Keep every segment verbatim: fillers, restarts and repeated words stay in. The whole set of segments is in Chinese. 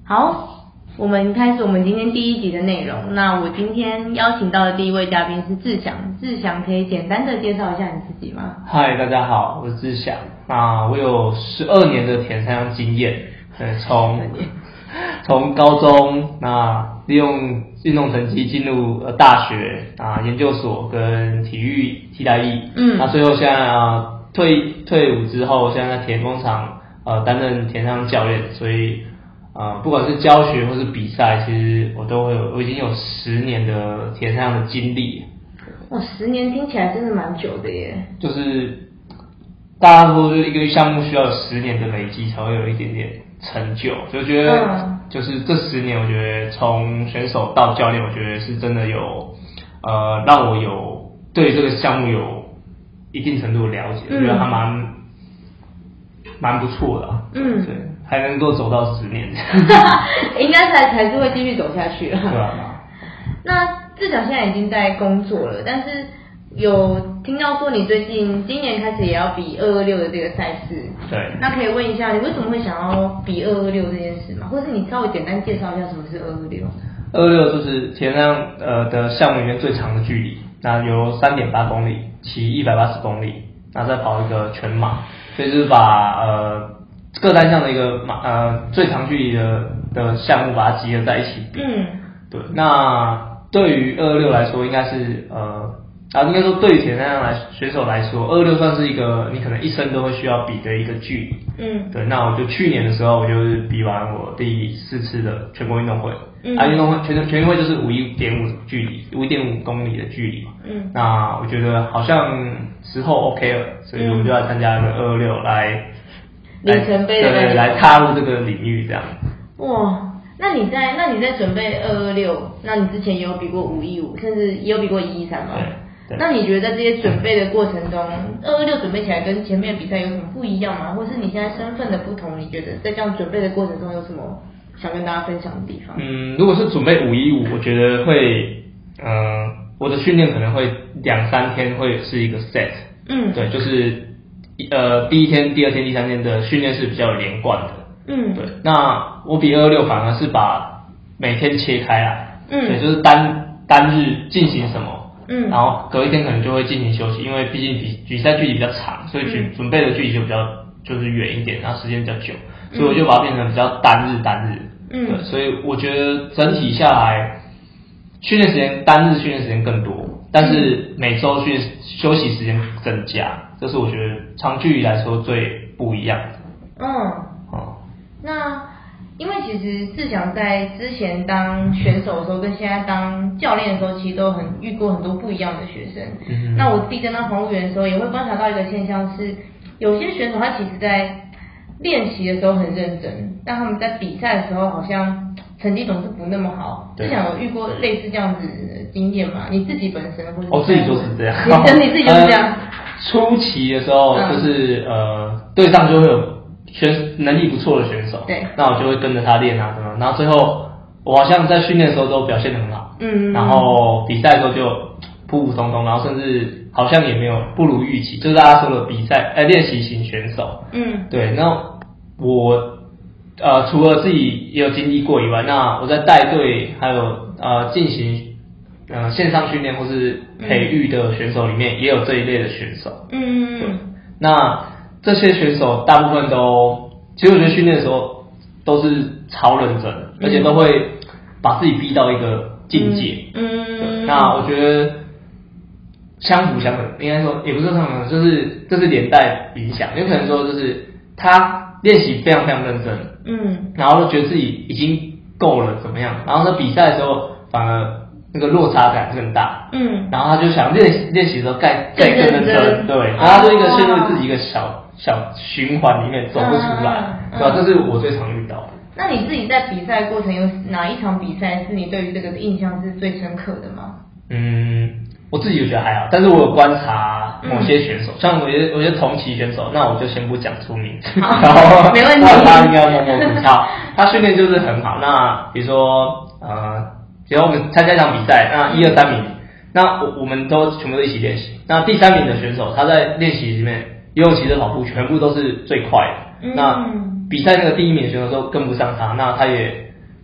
好，我们开始我们今天第一集的内容。那我今天邀请到的第一位嘉宾是志祥，志祥可以简单的介绍一下你自己吗？ 嗨，大家好，我是志祥。那我有十二年的田三项经验，呃，从从高中那利用运动成绩进入呃大学啊研究所跟体育替代役，嗯，那最后现在啊退退伍之后，现在在田工厂呃担任田三项教练，所以呃不管是教学或是比赛，其实我都会有，我已经有十年的田三项的经历。 哇，十年听起来真的蛮久的耶。 就是大家说，就是一个项目需要有十年的累积才会有一点点成就，所以我觉得就是这十年，我觉得从选手到教练，我觉得是真的有呃让我有对这个项目有一定程度的了解，嗯、我觉得还蛮蛮不错的、啊，嗯，对，还能够走到十年， 应该才才是会继续走下去了， 对啊。 那志祥现在已经在工作了，但是有听到说你最近今年开始也要比二二六的这个赛事， 对， 那可以问一下你为什么会想要比二二六这件事吗？或是你稍微简单介绍一下什么是二二六？ 二二六就是田三呃的项目里面最长的距离，那有三点八公里，骑一百八十公里，那再跑一个全马，所以就是把呃各单项的一个马呃最长距离的的项目把它集合在一起比。嗯，对，那对于二二六来说，应该是呃，啊，应该说对于田三项来选手来说，二二六算是一个你可能一生都会需要比的一个距离。嗯，对，那我就去年的时候，我就是比完我第四次的全国运动会，嗯、啊，运动会全全运会就是五一点五距离，五一点五公里的距离嘛。嗯，那我觉得好像时候 OK 了，所以我们就来参加一个二二六来里程碑的对，来踏入这个领域这样。 哇。那你在那你在准备二二六，那你之前也有比过五一五，甚至也有比过一一三吗？对。那你觉得在这些准备的过程中，二二六准备起来跟前面比赛有什么不一样吗？或是你现在身份的不同，你觉得在这样准备的过程中有什么想跟大家分享的地方？ 嗯，如果是准备五一五，我觉得会，嗯、呃，我的训练可能会两三天会是一个 set， 嗯，对，就是呃第一天、第二天、第三天的训练是比较有连贯的。嗯，对，那我比二二六反而是把每天切开来，嗯，对，就是单单日进行什么，嗯，然后隔一天可能就会进行休息，因为毕竟比比赛距离比较长，所以准准备的距离就比较就是远一点，然后时间比较久，所以我就把它变成比较单日单日，嗯，对，所以我觉得整体下来训练时间单日训练时间更多，但是每周训休息时间增加，这是我觉得长距离来说最不一样的。嗯， 哦。那因为其实志祥在之前当选手的时候，跟现在当教练的时候，其实都很遇过很多不一样的学生。嗯、那我自己在当防护员的时候，也会观察到一个现象是，有些选手他其实在练习的时候很认真，但他们在比赛的时候好像成绩总是不那么好。志祥有遇过类似这样子的经验吗？你自己本身或者我、哦、自己就是这样， 你自己就是这样。 呃、初期的时候就是、嗯、呃队上就会有选能力不错的选手，对，那我就会跟着他练啊，什么，然后最后我好像在训练的时候都表现得很好，嗯，然后比赛的时候就普普通通，然后甚至好像也没有不如预期，就是大家说的比赛呃练习型选手，嗯，对，那我呃除了自己也有经历过以外，那我在带队还有呃进行呃线上训练或是培育的选手里面也有这一类的选手，嗯，对，那这些选手大部分都，其实我觉得训练的时候都是超认真，嗯、而且都会把自己逼到一个境界。嗯，嗯那我觉得相辅相成，应该说也不是相辅，就是这是连带影响，有可能说就是他练习非常非常认真，嗯，然后就觉得自己已经够了怎么样，然后在比赛的时候反而那个落差感更大，嗯，然后他就想练习练习的时候再再更认真，对，然后他就一个陷入自己一个小。小循环里面走不出来，嗯嗯、对吧？这是我最常遇到的。 那你自己在比赛过程有哪一场比赛是你对于这个的印象是最深刻的吗？ 嗯，我自己就觉得还好，但是我有观察某些选手，嗯、像有些有些同期选手，那我就先不讲出名，然后没问题， 他应该默默不跳，他训练就是很好。那比如说呃，比如我们参加一场比赛，那一二三名，那我我们都全部都一起练习。那第三名的选手，他在练习里面。游泳、骑车、跑步全部都是最快的。嗯、那比赛那个第一名的选手都跟不上他，那他也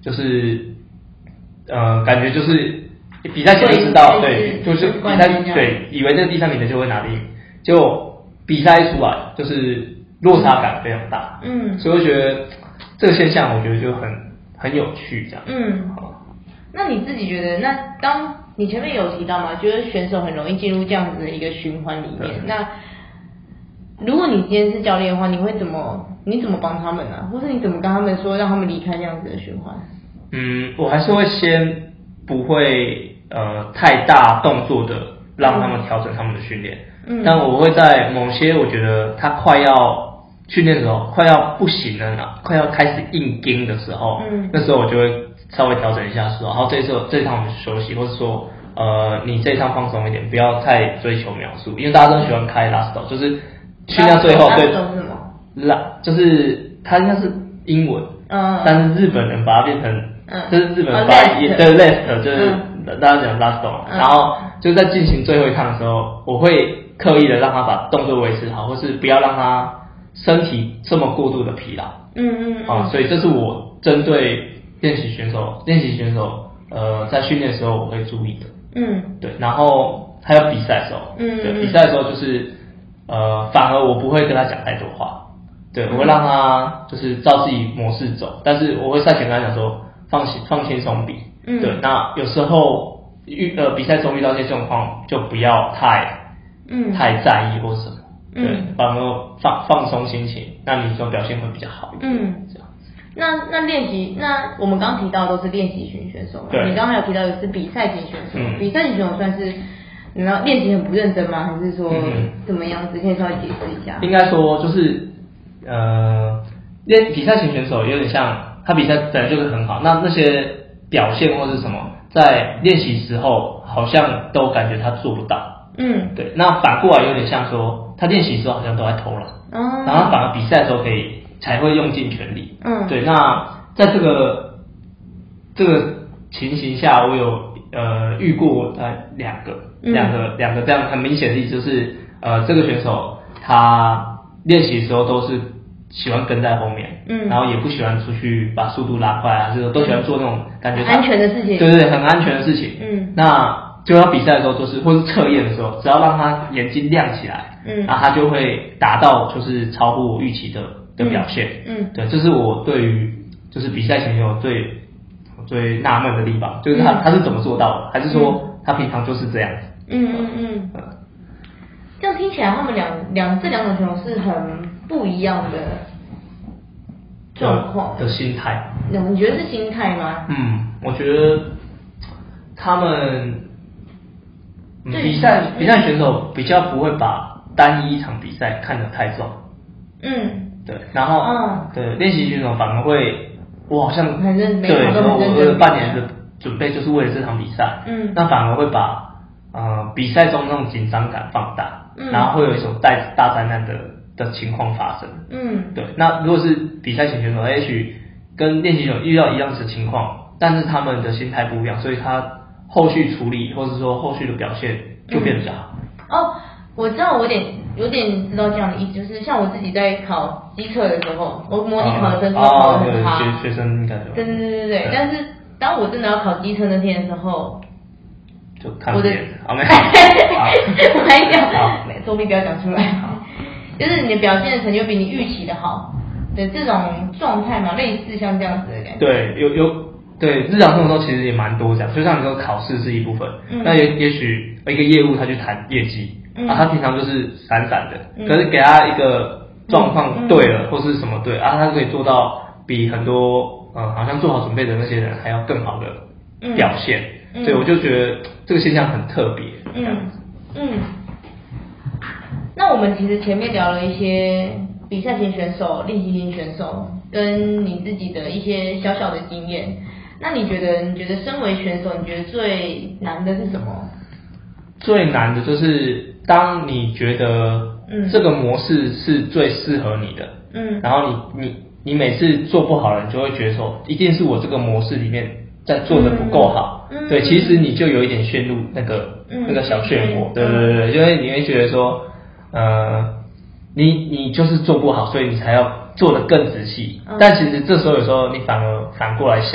就是呃感觉就是比赛前就知道，对，就是比赛对，以为这个第三名的就会拿第一名，结果比赛一出来就是落差感非常大，嗯，所以我觉得这个现象我觉得就很很有趣这样， 嗯，那你自己觉得，那当你前面有提到嘛，觉得选手很容易进入这样子的一个循环里面，那如果你今天是教练的话，你会怎么你怎么帮他们呢、啊？或是你怎么跟他们说，让他们离开这样子的循环？ 嗯，我还是会先不会呃太大动作的让他们调整他们的训练，嗯，但我会在某些我觉得他快要训练的时候，快要不行了呢，快要开始硬盯的时候，嗯，那时候我就会稍微调整一下说，然后这一次这一趟我们休息，或者说呃你这一趟放松一点，不要太追求秒数，因为大家都喜欢开 last stop， 就是训练最后对。 是什么？ 拉就是它应该是英文，嗯，但是日本人把它变成，嗯，就是日本人把它也对 last 就是、嗯、大家讲 last stop，、嗯、然后就在进行最后一趟的时候，我会刻意的让他把动作维持好，或是不要让他身体这么过度的疲劳，嗯嗯嗯，啊，所以这是我针对练习选手练习选手呃在训练的时候我会注意的，嗯，对，然后还有比赛的时候，嗯，对，比赛的时候就是呃反而我不会跟他讲太多话。对，我会让他就是照自己模式走，但是我会赛前跟他讲说放放轻松比，嗯，对，那有时候遇呃比赛中遇到一些状况，就不要太嗯太在意或什么，对，嗯、反而放放松心情，那你说表现会比较好一点，嗯，这样。 那那练习，那我们刚刚提到都是练习型选手嘛，对，你刚刚还有提到的是比赛型选手，嗯、比赛型选手算是。你要练习很不认真吗？还是说怎么样子？可以稍微解释一下。 应该说就是呃，练比赛型选手有点像他比赛本来就是很好，那那些表现或是什么，在练习时候好像都感觉他做不到。嗯，对。那反过来有点像说，他练习时候好像都在偷懒，哦，然后反而比赛的时候可以才会用尽全力。嗯，对。那在这个这个情形下，我有呃遇过呃两个。两个两个这样很明显的例子就是，呃，这个选手他练习的时候都是喜欢跟在后面，嗯，然后也不喜欢出去把速度拉快啊，这个都喜欢做那种感觉安全的事情， 对对，很安全的事情，嗯，那就他比赛的时候就是，或是测验的时候，只要让他眼睛亮起来，嗯，然后他就会达到就是超乎我预期的的表现，嗯，对，这是我对于就是比赛选手最最纳闷的地方，就是他、嗯、他是怎么做到的，还是说他平常就是这样子？ 嗯嗯嗯，这样听起来他们两两这两种选手是很不一样的状况的心态。 你觉得是心态吗？ 嗯，我觉得他们、嗯、比赛比赛选手比较不会把单一一场比赛看得太重。嗯，对，然后、嗯、对练习选手反而会，我好像很认对，我半年的准备就是为了这场比赛。嗯，那反而会把。呃，比赛中那种紧张感放大，嗯，然后会有一种带大灾难的的情况发生，嗯，对。那如果是比赛型选手，也许跟练习选手遇到一样的情况，但是他们的心态不一样，所以他后续处理或者说后续的表现就变得比较好。 嗯、哦，我知道，我有点有点知道这样的意思，就是像我自己在考机测的时候，我模拟考的分数考得很差， 哦、学学生应该有。 对对对对对，但是当我真的要考机测那天的时候。 就看不见，好没？ 我还讲，作弊不要讲出来。就是你的表现的成就比你预期的好的这种状态嘛，类似像这样子的感觉。 对，有有对日常生活中其实也蛮多这样，就像你说考试是一部分，嗯、那也也许一个业务他去谈业绩，嗯、啊，他平常就是散散的，嗯、可是给他一个状况对了，嗯、或是什么对啊，他可以做到比很多呃好像做好准备的那些人还要更好的表现。嗯所以我就觉得这个现象很特别。嗯嗯。 那我们其实前面聊了一些比赛型选手、练习型选手，跟你自己的一些小小的经验。那你觉得，你觉得身为选手，你觉得最难的是什么？ 最难的就是当你觉得这个模式是最适合你的，嗯，然后你你你每次做不好了，你就会觉得说，一定是我这个模式里面。在做的不够好，嗯、对，其实你就有一点陷入那个、嗯、那个小漩涡，对对对对，因为你会觉得说，呃，你你就是做不好，所以你才要做得更仔细。嗯、但其实这时候有时候你反而反过来想，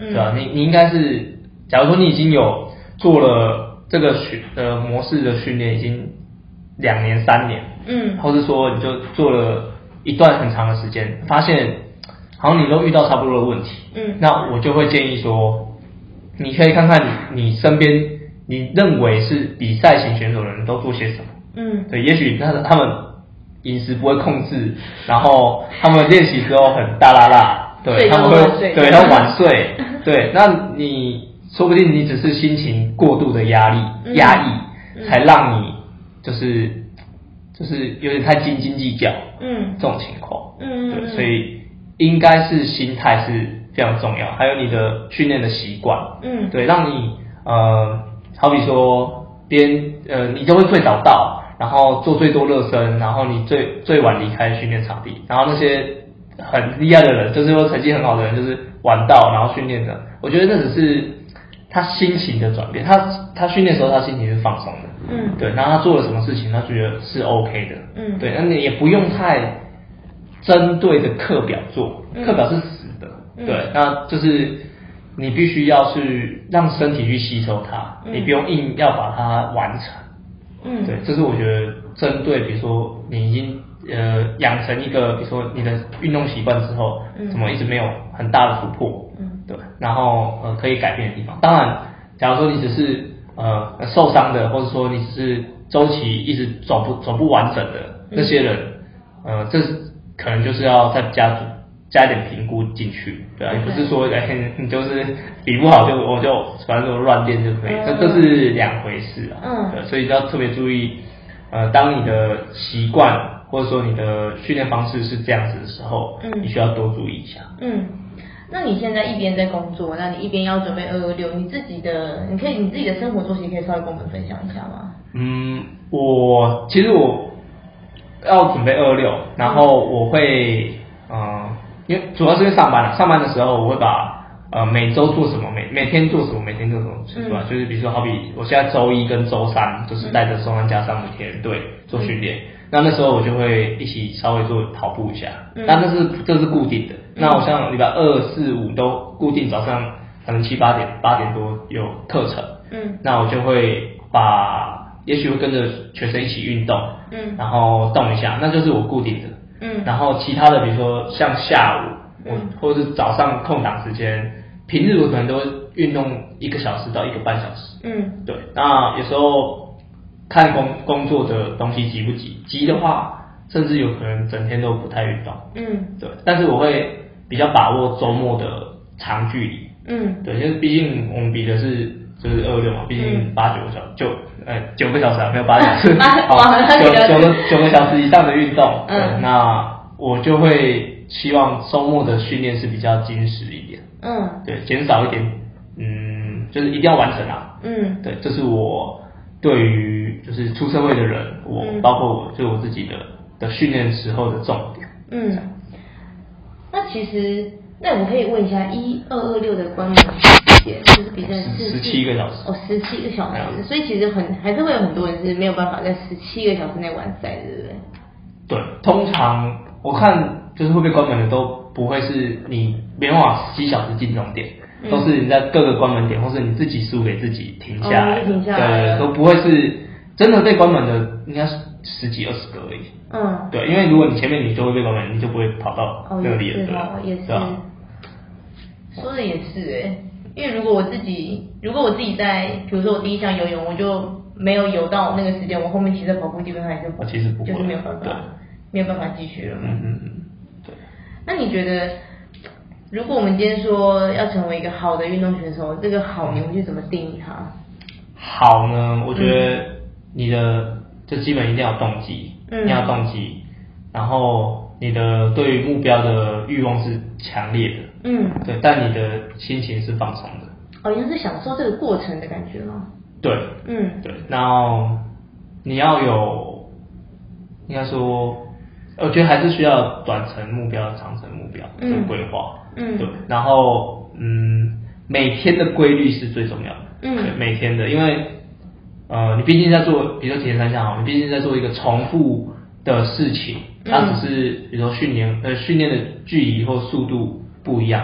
对吧、啊？你你应该是，假如说你已经有做了这个训呃模式的训练，已经两年三年，嗯，或者说你就做了一段很长的时间，发现好像你都遇到差不多的问题，嗯，那我就会建议说，你可以看看你你身边你认为是比赛型选手的人都做些什么，嗯，对，也许他他们饮食不会控制，然后他们练习之后很大拉拉，对，他们会对他们晚睡，对，那你说不定你只是心情过度的压力、嗯、压抑、嗯，才让你就是就是有点太斤斤计较，嗯，这种情况，嗯，对，所以应该是心态是非常重要，还有你的训练的习惯，嗯，对，让你呃，好比说边呃，你都会最早到。然后做最多热身，然后你最最晚离开训练场地，然后那些很厉害的人，就是说成绩很好的人，就是晚到然后训练的。我觉得那只是他心情的转变，他他训练的时候他心情是放松的，嗯，对，然后他做了什么事情，他觉得是 OK 的，嗯，对，那你也不用太针对着课表做，课表是死的，嗯、对，那就是你必须要去让身体去吸收它，嗯、你不用硬要把它完成。嗯，对，这是我觉得针对，比如说你已经呃养成一个，比如说你的运动习惯之后，嗯，怎么一直没有很大的突破，嗯，对，然后呃可以改变的地方。当然，假如说你只是呃受伤的，或者说你只是周期一直走不走不完整的那些人，嗯、呃，这可能就是要再加加一点评估进去，对啊，也不是说哎你就是比不好就我就反正就乱练就可以，这、嗯、这是两回事啊，嗯，对，所以要特别注意，呃，当你的习惯或者说你的训练方式是这样子的时候，嗯，你需要多注意一下， 嗯。那你现在一边在工作，那你一边要准备二二六，你自己的，你可以你自己的生活作息可以稍微跟我们分享一下吗？ 嗯，我其实我要准备二二六，然后我会，嗯、呃，因为主要是因为上班了，上班的时候我会把呃每周做什么，每每天做什么，每天做什么写出来，嗯、就是比如说好比我现在周一跟周三就是带着松安加上的铁人队做训练。嗯，那那时候我就会一起稍微做跑步一下，嗯、但那是这是固定的。嗯、那我像礼拜二、四、五都固定早上可能七八点、八点多有课程，嗯，那我就会把，也许会跟着学生一起运动，嗯，然后动一下，那就是我固定的，嗯，然后其他的比如说像下午，嗯，或者是早上空档时间，平日我可能都会运动一个小时到一个半小时，嗯，对，那有时候。看工工作的东西急不急，急的话，甚至有可能整天都不太运动。嗯，对。但是我会比较把握周末的长距离。嗯，对，因为毕竟我们比的是就是二六嘛，毕竟八九个小时，九呃九个小时啊，没有八小时，好，九九个九个小时以上的运动。嗯，对，那我就会希望周末的训练是比较精实一点。嗯，对，减少一点，嗯，就是一定要完成啊。嗯，对，这是我。对于就是出社会的人，我、嗯、包括我对我自己的的训练时候的重点。嗯， 那其实那我可以问一下，一二二六的关门时间就是比赛是十七个小时哦，十七个小时，所以其实很还是会有很多人是没有办法在十七个小时内完赛，对不对？ 对，通常我看就是会被关门的都不会是你没办法十七小时进终点。都是你在各个关门点，或是你自己输给自己停下来， 哦、停下来对，都不会是真的被关门的，应该是十几二十个而已。嗯，对，因为如果你前面你就会被关门，你就不会跑到那里了， 哦，也是，哦、也是，说的也是哎、欸，因为如果我自己，如果我自己在，比如说我第一项游泳，我就没有游到那个时间，我后面其实跑步基本上还是不，其实不会， 就是没有办法，没有办法继续了嘛。 嗯嗯嗯，对。 那你觉得？如果我们今天说要成为一个好的运动选手，这个好你会去怎么定义它？ 好呢，我觉得你的就基本一定要动机，嗯，一定要动机，然后你的对于目标的欲望是强烈的，嗯，对，但你的心情是放松的。 哦，应该是享受这个过程的感觉吗？ 对，嗯，对，然后你要有，应该说，我觉得还是需要短程目标、长程目标的规划。嗯，对，然后嗯，每天的规律是最重要的，嗯，对，每天的，因为呃，你毕竟在做，比如说铁人三项好，你毕竟在做一个重复的事情，它只是比如说训练呃训练的距离或速度不一样，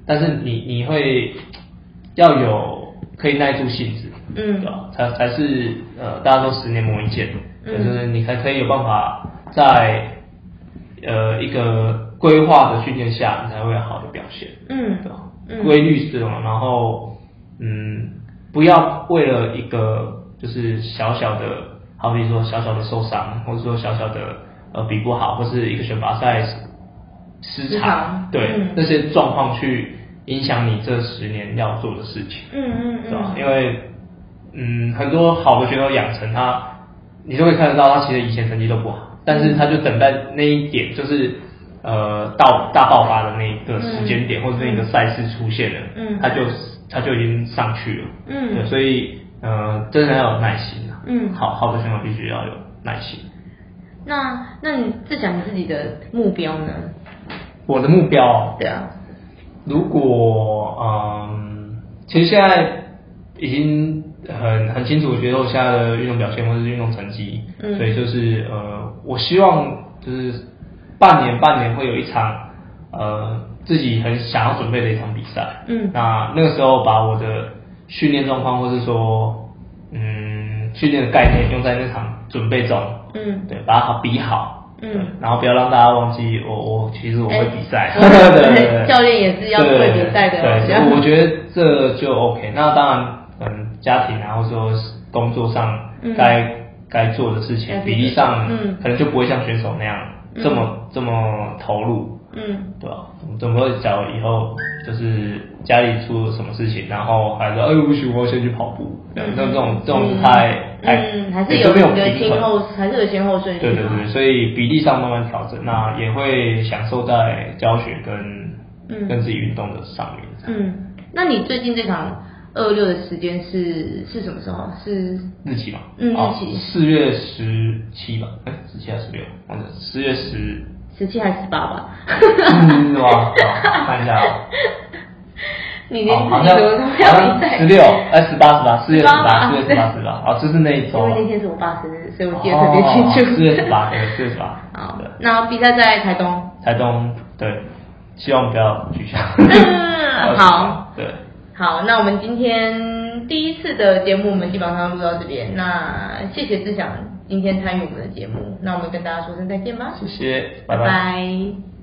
但是你你会要有可以耐住性子，嗯，对吧？才才是呃，大家说十年磨一剑，嗯，就是你才可以有办法在呃一个规划的训练下，你才会有好的表现，嗯，对吧？规律这种，然后嗯，不要为了一个就是小小的，好比说小小的受伤，或者说小小的呃比不好，或是一个选拔赛失常，对、嗯、那些状况去影响你这十年要做的事情，嗯嗯嗯，对吧？因为嗯很多好的选手养成他，你就会看得到他其实以前成绩都不好，但是他就等待那一点，就是呃到大爆发的那一个时间点，嗯、或者那一个赛事出现了，嗯，他就他就已经上去了，嗯，对，所以呃真的要有耐心啊，嗯，好好的选手必须要有耐心。 那那你自想你自己的目标呢？ 我的目标， 对啊， 如果嗯，其实现在已经很很清楚觉得我现在的运动表现或者是运动成绩，嗯，所以就是呃，我希望就是半年半年会有一场呃自己很想要准备的一场比赛，嗯，那那个时候把我的训练状况或是说嗯训练的概念用在那场准备中，嗯，对，把它好比好。嗯，然后不要让大家忘记我，我其实我会比赛， 欸、对, 对, 对, 对，教练也是要会比赛的， 对，对我觉得这就 OK。那当然，嗯，家庭啊，或者说工作上该、嗯、该做的事情，比例上，嗯，可能就不会像选手那样、嗯、这么这么投入，嗯，对吧？怎么会假如以后就是家里出了什么事情，然后还说，哎，不行，我要先去跑步，嗯，那这种这种太。 嗯，还是有一个先后，还是有先后顺序。 对对对，所以比例上慢慢调整，那也会享受在教学跟、嗯、跟自己运动的上面。 嗯，那你最近这场二六的时间是是什么时候？是日期吗？ 嗯，日期四月十七吧？哎，十七还是十六？忘了，四月十。 十七还是十八吧？ 嗯，是吧？看一下啊。 你连自己怎么要比赛？ 十六哎，十八十八，四月十八，四月十八十八，啊，就是那一周。 因为那天是我爸生日，所以我记得特别清楚。 四月十八，对，四月十八。 好，那比赛在台东。 台东，对，希望不要取消。 嗯，好， 对， 好，那我们今天第一次的节目，我们基本上录到这边。那谢谢志祥今天参与我们的节目，那我们跟大家说声再见吧。 谢谢， 拜拜。拜拜。